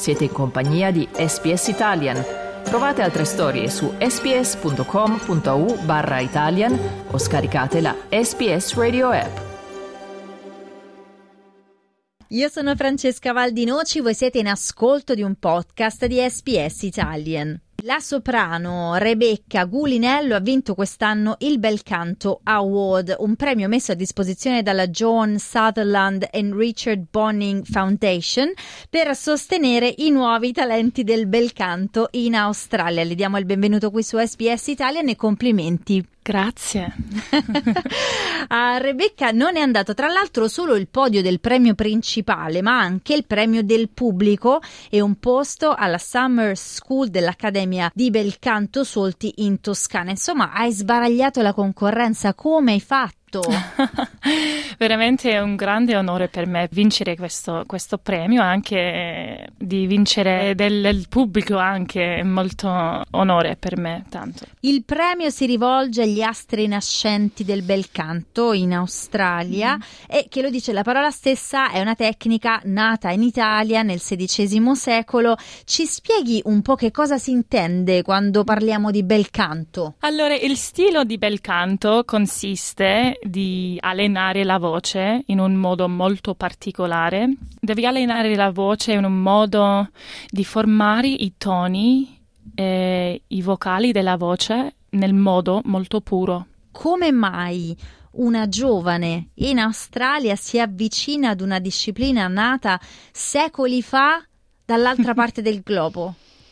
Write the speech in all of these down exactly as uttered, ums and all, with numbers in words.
Siete in compagnia di S B S Italian. Trovate altre storie su sbs.com.au barra Italian o scaricate la S B S Radio app. Io sono Francesca Valdinoci, voi siete in ascolto di un podcast di S B S Italian. La soprano Rebecca Gulinello ha vinto quest'anno il Belcanto Award, un premio messo a disposizione dalla John Sutherland and Richard Bonning Foundation per sostenere i nuovi talenti del belcanto in Australia. Le diamo il benvenuto qui su S B S Italian e complimenti. Grazie. A Rebecca non è andato tra l'altro solo il podio del premio principale, ma anche il premio del pubblico e un posto alla Summer School dell'Accademia di Belcanto Solti in Toscana. Insomma, hai sbaragliato la concorrenza. Come hai fatto? Veramente è un grande onore per me vincere questo, questo premio, anche di vincere del, del pubblico, anche è molto onore per me, tanto. Il premio si rivolge agli astri nascenti del belcanto in Australia mm. e, che lo dice la parola stessa, è una tecnica nata in Italia nel sedicesimo secolo. Ci spieghi un po' che cosa si intende quando parliamo di belcanto? Allora, il stile di belcanto consiste di allenare la voce in un modo molto particolare. Devi allenare la voce in un modo di formare i toni e i vocali della voce nel modo molto puro. Come mai una giovane in Australia si avvicina ad una disciplina nata secoli fa dall'altra parte del globo?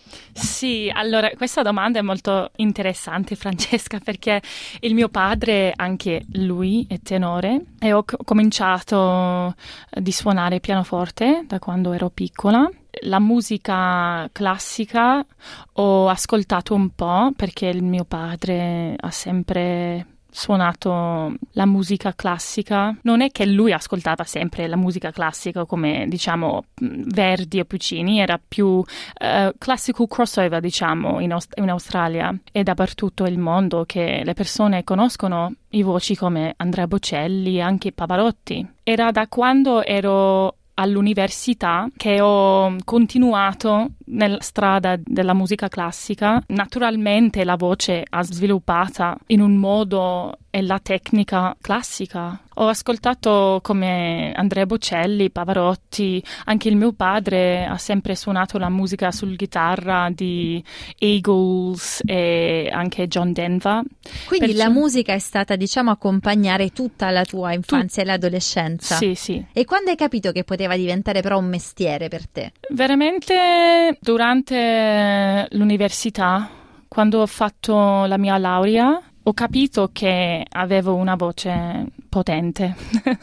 Sì, allora questa domanda è molto interessante, Francesca, perché il mio padre, anche lui, è tenore e ho c- cominciato di suonare pianoforte da quando ero piccola. La musica classica ho ascoltato un po' perché il mio padre ha sempre suonato la musica classica. Non è che lui ascoltava sempre la musica classica come, diciamo, Verdi o Puccini, era più uh, classical crossover, diciamo, in, Aust- in Australia e dappertutto il mondo, che le persone conoscono i voci come Andrea Bocelli e anche Pavarotti. Era da quando ero all'università che ho continuato nella strada della musica classica. Naturalmente la voce ha sviluppata in un modo e la tecnica classica. Ho ascoltato come Andrea Bocelli, Pavarotti, anche il mio padre ha sempre suonato la musica sul chitarra di Eagles e anche John Denver. Quindi Perciò... la musica è stata, diciamo, accompagnare tutta la tua infanzia tu... e l'adolescenza. Sì, sì. E quando hai capito che poteva diventare però un mestiere per te? Veramente durante l'università, quando ho fatto la mia laurea, ho capito che avevo una voce potente,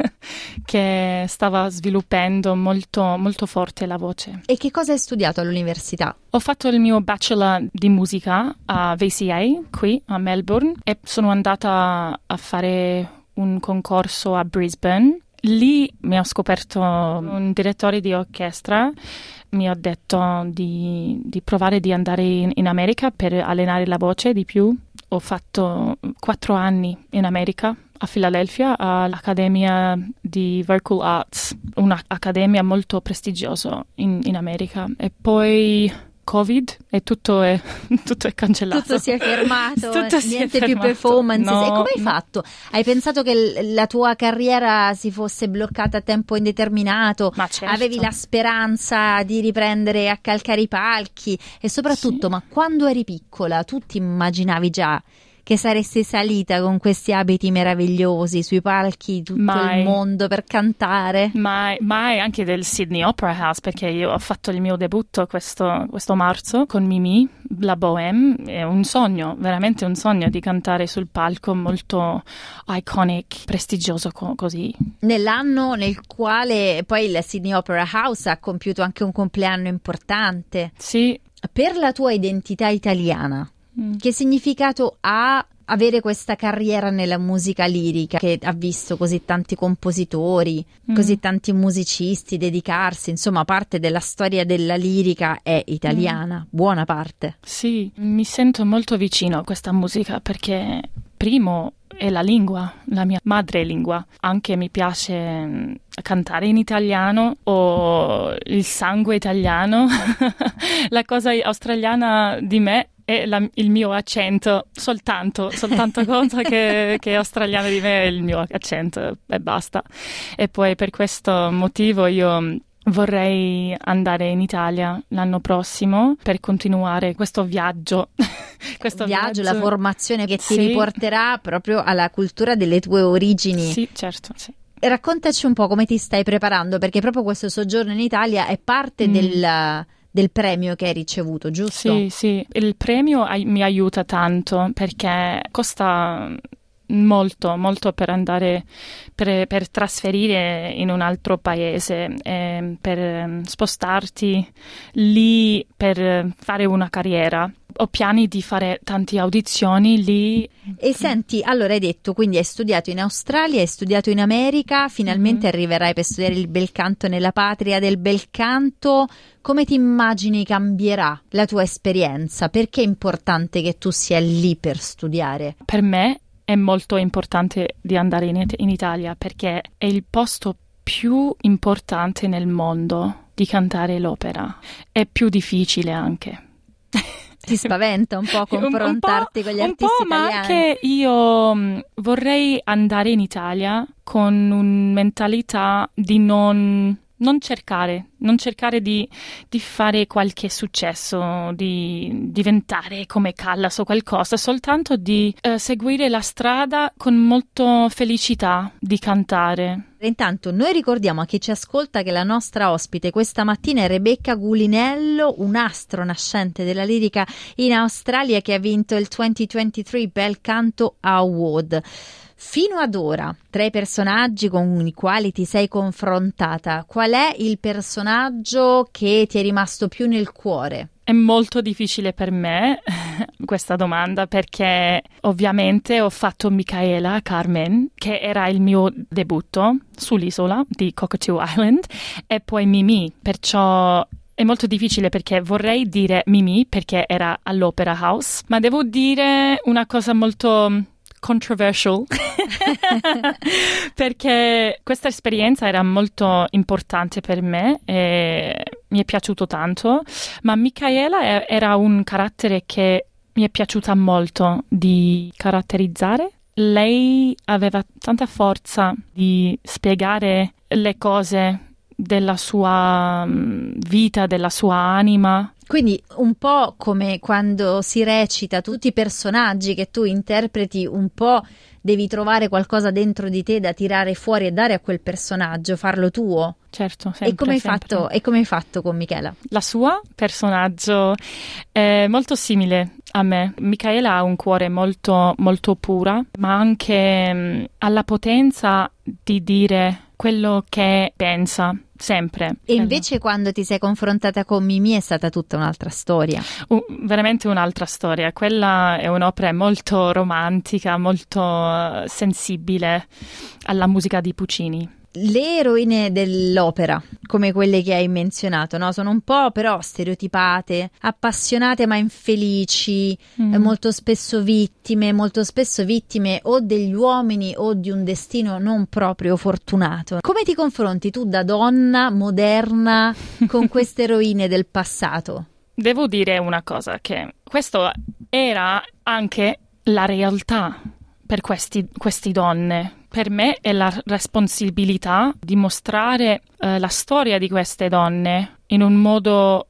che stava sviluppando molto, molto forte la voce. E che cosa hai studiato all'università? Ho fatto il mio bachelor di musica a V C A qui a Melbourne e sono andata a fare un concorso a Brisbane. Lì mi ho scoperto un direttore di orchestra, mi ha detto di, di provare di andare in, in America per allenare la voce di più. Ho fatto quattro anni in America, a Philadelphia, all'Accademia di Vocal Arts, un'accademia molto prestigiosa in, in America. E poi Covid e tutto è, tutto è cancellato. Tutto si è fermato, tutto si niente è più fermato. performance. No, e come hai no. fatto? Hai pensato che l- la tua carriera si fosse bloccata a tempo indeterminato? Ma certo. Avevi la speranza di riprendere a calcare i palchi? E soprattutto, Sì. ma quando eri piccola, tu ti immaginavi già che saresti salita con questi abiti meravigliosi sui palchi di tutto Mai. il mondo per cantare? Mai, mai anche del Sydney Opera House, perché io ho fatto il mio debutto questo, questo marzo con Mimi, la Bohème. È un sogno, veramente un sogno di cantare sul palco molto iconic, prestigioso co- così. Nell'anno nel quale poi il Sydney Opera House ha compiuto anche un compleanno importante. Sì. Per la tua identità italiana, mm. che significato ha avere questa carriera nella musica lirica che ha visto così tanti compositori, mm. così tanti musicisti dedicarsi, insomma parte della storia della lirica è italiana, mm. buona parte. Sì, mi sento molto vicino a questa musica perché primo è la lingua, la mia madrelingua. Anche mi piace cantare in italiano, o il sangue italiano. La cosa australiana di me è la, il mio accento, soltanto, soltanto cosa che, che è australiana di me è il mio accento e basta. E poi per questo motivo io vorrei andare in Italia l'anno prossimo per continuare questo viaggio. questo viaggio, viaggio, la formazione che ti sì. riporterà proprio alla cultura delle tue origini. Sì, certo, sì. Raccontaci un po' come ti stai preparando, perché proprio questo soggiorno in Italia è parte mm. del, del premio che hai ricevuto, giusto? Sì, sì. Il premio ai- mi aiuta tanto perché costa molto, molto per andare, per, per trasferire in un altro paese, eh, per spostarti lì per fare una carriera. Ho piani di fare tante audizioni lì. E senti, allora hai detto, quindi hai studiato in Australia, hai studiato in America, finalmente mm-hmm. arriverai per studiare il bel canto nella patria del bel canto. Come ti immagini cambierà la tua esperienza? Perché è importante che tu sia lì per studiare? Per me è molto importante di andare in, in Italia perché è il posto più importante nel mondo di cantare l'opera. È più difficile anche. Ti spaventa un po' confrontarti un, un po', con gli artisti un po', italiani? Ma anche io mh, vorrei andare in Italia con una mentalità di non, non cercare, non cercare di, di fare qualche successo, di diventare come Callas o qualcosa, soltanto di uh, seguire la strada con molta felicità di cantare. Intanto noi ricordiamo a chi ci ascolta che la nostra ospite questa mattina è Rebecca Gulinello, un astro nascente della lirica in Australia che ha vinto il duemilaventitré Bel Canto Award. Fino ad ora, tra i personaggi con i quali ti sei confrontata, qual è il personaggio che ti è rimasto più nel cuore? È molto difficile per me questa domanda perché ovviamente ho fatto Micaela Carmen, che era il mio debutto sull'isola di Cockatoo Island, e poi Mimi, perciò è molto difficile perché vorrei dire Mimi perché era all'Opera House, ma devo dire una cosa molto controversial perché questa esperienza era molto importante per me e mi è piaciuto tanto, ma Micaela era un carattere che mi è piaciuta molto di caratterizzare. Lei aveva tanta forza di spiegare le cose della sua vita, della sua anima. Quindi un po' come quando si recita tutti i personaggi che tu interpreti, un po' devi trovare qualcosa dentro di te da tirare fuori e dare a quel personaggio, farlo tuo. Certo, sempre. E come hai sempre. fatto, e come hai fatto con Michela? La sua personaggio è molto simile a me. Micaela ha un cuore molto, molto puro, ma anche mh, ha la potenza di dire quello che pensa, sempre. E invece quando ti sei confrontata con Mimi è stata tutta un'altra storia. Uh, veramente un'altra storia. Quella è un'opera molto romantica, molto uh, sensibile alla musica di Puccini. Le eroine dell'opera, come quelle che hai menzionato, no? Sono un po' però stereotipate, appassionate ma infelici, mm. molto spesso vittime, molto spesso vittime o degli uomini o di un destino non proprio fortunato. Come ti confronti tu da donna moderna con queste eroine del passato? Devo dire una cosa, che questo era anche la realtà per questi, queste donne. Per me è la responsabilità di mostrare eh, la storia di queste donne in un modo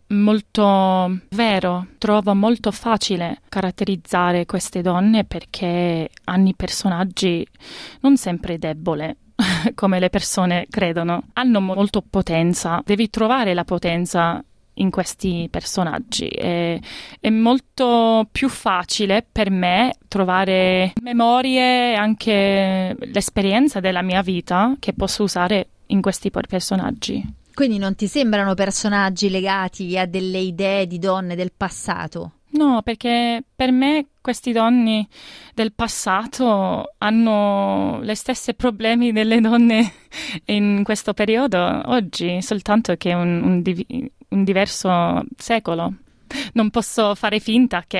molto vero. Trovo molto facile caratterizzare queste donne perché hanno personaggi non sempre deboli, come le persone credono. Hanno molto potenza. Devi trovare la potenza in questi personaggi. È, è molto più facile per me trovare memorie e anche l'esperienza della mia vita che posso usare in questi personaggi. Quindi non ti sembrano personaggi legati a delle idee di donne del passato? No, perché per me questi donne del passato hanno le stesse problemi delle donne in questo periodo oggi, soltanto che un, un, div- un diverso secolo. Non posso fare finta che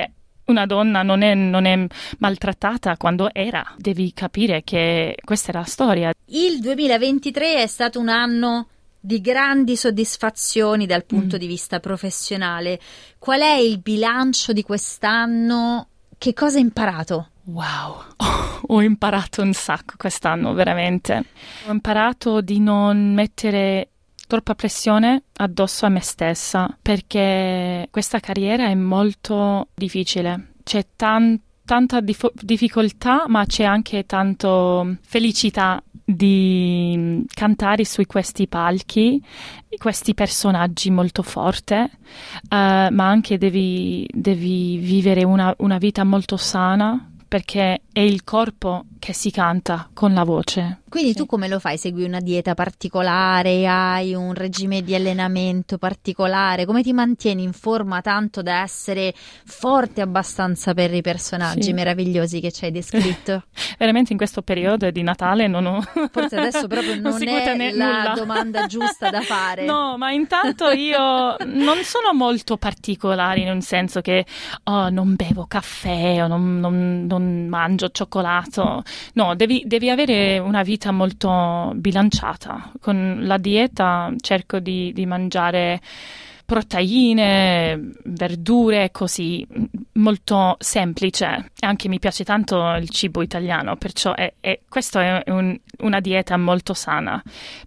una donna non è, non è maltrattata quando era. Devi capire che questa è la storia. Il duemilaventitré è stato un anno di grandi soddisfazioni dal punto mm. di vista professionale. Qual è il bilancio di quest'anno? Che cosa hai imparato? Wow, oh, ho imparato un sacco quest'anno, veramente. Ho imparato di non mettere troppa pressione addosso a me stessa, perché questa carriera è molto difficile. C'è tan- tanta dif- difficoltà, ma c'è anche tanto felicità di cantare su questi palchi, questi personaggi molto forti, uh, ma anche devi, devi vivere una, una vita molto sana, perché è il corpo che si canta con la voce. Quindi sì. Tu come lo fai? Segui una dieta particolare? Hai un regime di allenamento particolare? Come ti mantieni in forma tanto da essere forte abbastanza per i personaggi sì. meravigliosi che ci hai descritto? Veramente in questo periodo di Natale non ho... Forse adesso proprio non, non è ne- la nulla. domanda giusta da fare. No, ma intanto io non sono molto particolare, nel senso che oh, non bevo caffè o non, non, non mangio cioccolato. No, devi, devi avere una vita molto bilanciata. Con la dieta cerco di, di mangiare proteine, verdure, così, molto semplice. Anche mi piace tanto il cibo italiano, perciò è, è, questo è un, una dieta molto sana.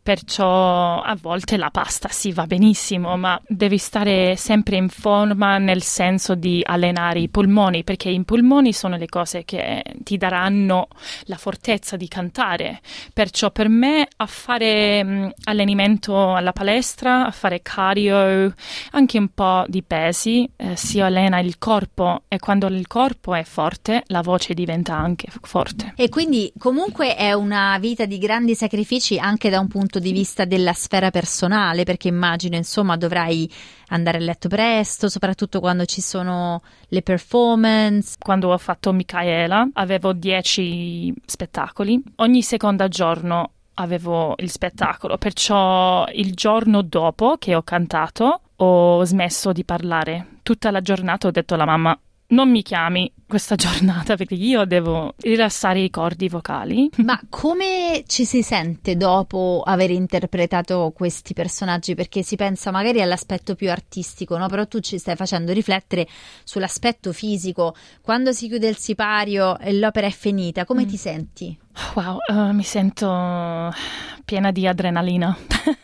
Perciò a volte la pasta sì va benissimo, ma devi stare sempre in forma nel senso di allenare i polmoni, perché i polmoni sono le cose che ti daranno la fortezza di cantare. Perciò per me a fare mh, allenamento alla palestra, a fare cardio, anche un po' di pesi, eh, si allena il corpo, e quando il corpo è forte la voce diventa anche forte. E quindi comunque è una vita di grandi sacrifici anche da un punto di vista della sfera personale, perché immagino insomma dovrai andare a letto presto, soprattutto quando ci sono le performance. Quando ho fatto Micaela avevo dieci spettacoli, ogni secondo giorno avevo il spettacolo, perciò il giorno dopo che ho cantato ho smesso di parlare. Tutta la giornata ho detto alla mamma: non mi chiami questa giornata perché io devo rilassare i cordi vocali. Ma come ci si sente dopo aver interpretato questi personaggi? Perché si pensa magari all'aspetto più artistico, no? Però tu ci stai facendo riflettere sull'aspetto fisico. Quando si chiude il sipario e l'opera è finita, come mm. ti senti? Wow, uh, mi sento piena di adrenalina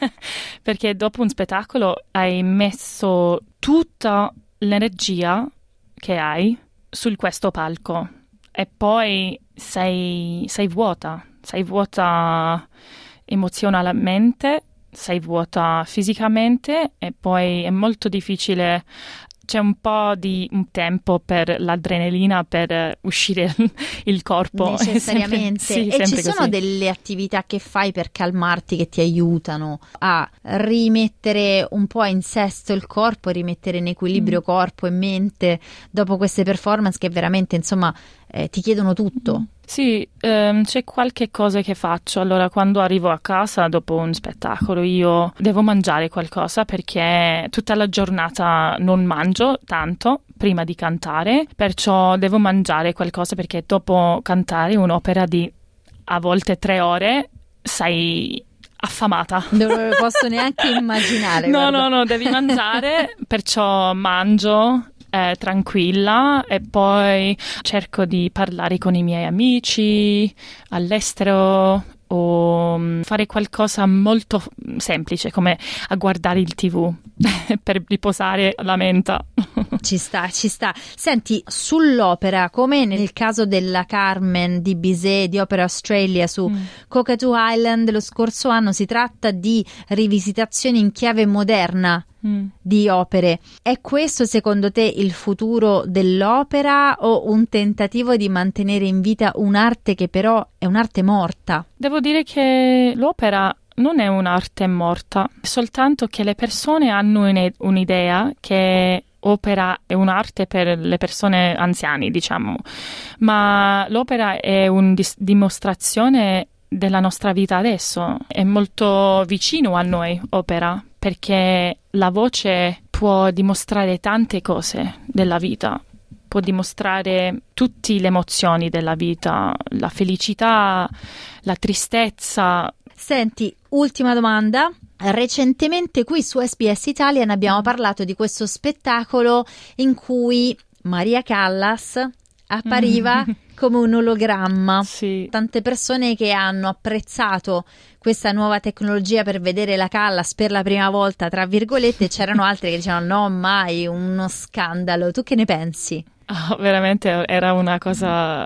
perché dopo un spettacolo hai messo tutta l'energia che hai su questo palco e poi sei, sei vuota, sei vuota emozionalmente, sei vuota fisicamente e poi è molto difficile. C'è un po' di un tempo per l'adrenalina per uscire il corpo. Necessariamente. Sempre, sì, e ci sono così. Delle attività che fai per calmarti che ti aiutano a rimettere un po' in sesto il corpo, a rimettere in equilibrio mm. corpo e mente dopo queste performance che veramente insomma eh, ti chiedono tutto? Mm. Sì, ehm, c'è qualche cosa che faccio. Allora, quando arrivo a casa dopo un spettacolo, io devo mangiare qualcosa perché tutta la giornata non mangio tanto prima di cantare, perciò devo mangiare qualcosa perché dopo cantare un'opera di a volte tre ore sei affamata. Non lo posso neanche immaginare. No, guarda. no, no, devi mangiare, perciò mangio. Eh, tranquilla e poi cerco di parlare con i miei amici all'estero o um, fare qualcosa molto semplice come a guardare il tivù per riposare la mente. Ci sta, ci sta. Senti, sull'opera, come nel caso della Carmen di Bizet di Opera Australia su mm. Cockatoo Island lo scorso anno, si tratta di rivisitazioni in chiave moderna mm. di opere. È questo secondo te il futuro dell'opera o un tentativo di mantenere in vita un'arte che però è un'arte morta? Devo dire che l'opera non è un'arte morta, soltanto che le persone hanno un'idea che opera è un'arte per le persone anziane, diciamo, ma l'opera è una dis- dimostrazione della nostra vita adesso, è molto vicino a noi, opera, perché la voce può dimostrare tante cose della vita. può dimostrare tutte le emozioni della vita, la felicità, la tristezza. Senti, ultima domanda. Recentemente qui su S B S Italian abbiamo parlato di questo spettacolo in cui Maria Callas appariva mm. come un ologramma. Sì. Tante persone che hanno apprezzato questa nuova tecnologia per vedere la Callas per la prima volta, tra virgolette, c'erano altre che dicevano no, mai, uno scandalo. Tu che ne pensi? Oh, veramente era una cosa...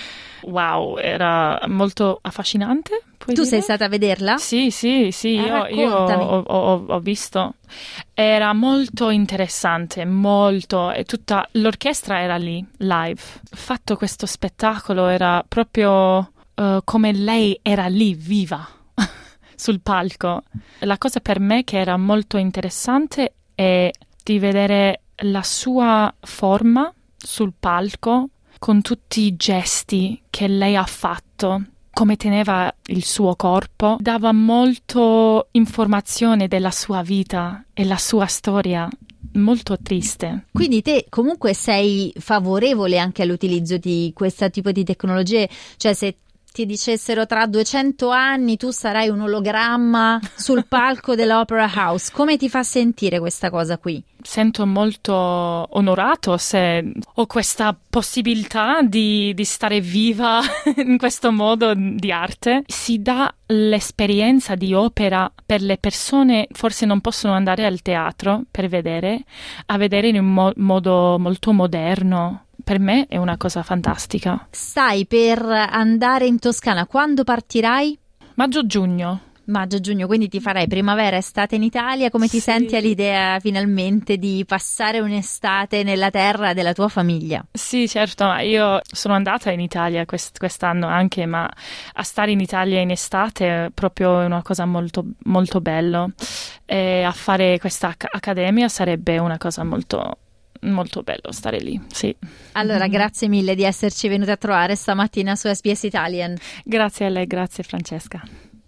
Wow, era molto affascinante. Tu dire? sei stata a vederla? Sì, sì, sì, eh, io, io ho, ho, ho visto. Era molto interessante, molto, e tutta l'orchestra era lì, live. Fatto questo spettacolo era proprio uh, come lei era lì, viva, sul palco. La cosa per me che era molto interessante è di vedere la sua forma sul palco, con tutti i gesti che lei ha fatto, come teneva il suo corpo, dava molto informazione della sua vita e la sua storia, molto triste. Quindi te comunque sei favorevole anche all'utilizzo di questo tipo di tecnologie? Cioè se ti dicessero tra duecento anni tu sarai un ologramma sul palco dell'Opera House, come ti fa sentire questa cosa qui? Sento molto onorato se ho questa possibilità di, di stare viva in questo modo di arte. Si dà l'esperienza di opera per le persone, forse non possono andare al teatro per vedere, a vedere in un mo- modo molto moderno. Per me è una cosa fantastica. Stai per andare in Toscana, quando partirai? Maggio-giugno. Maggio-giugno, quindi ti farai primavera, estate in Italia. Come ti sì. senti all'idea finalmente di passare un'estate nella terra della tua famiglia? Sì, certo, ma io sono andata in Italia quest- quest'anno anche, ma a stare in Italia in estate è proprio una cosa molto, molto bella. E a fare questa ac- accademia sarebbe una cosa molto... molto bello stare lì, sì. Allora, grazie mille di esserci venuta a trovare stamattina su S B S Italian. Grazie a lei, grazie Francesca.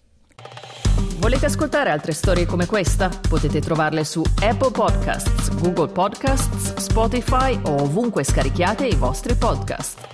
Volete ascoltare altre storie come questa? Potete trovarle su Apple Podcasts, Google Podcasts, Spotify o ovunque scarichiate i vostri podcast.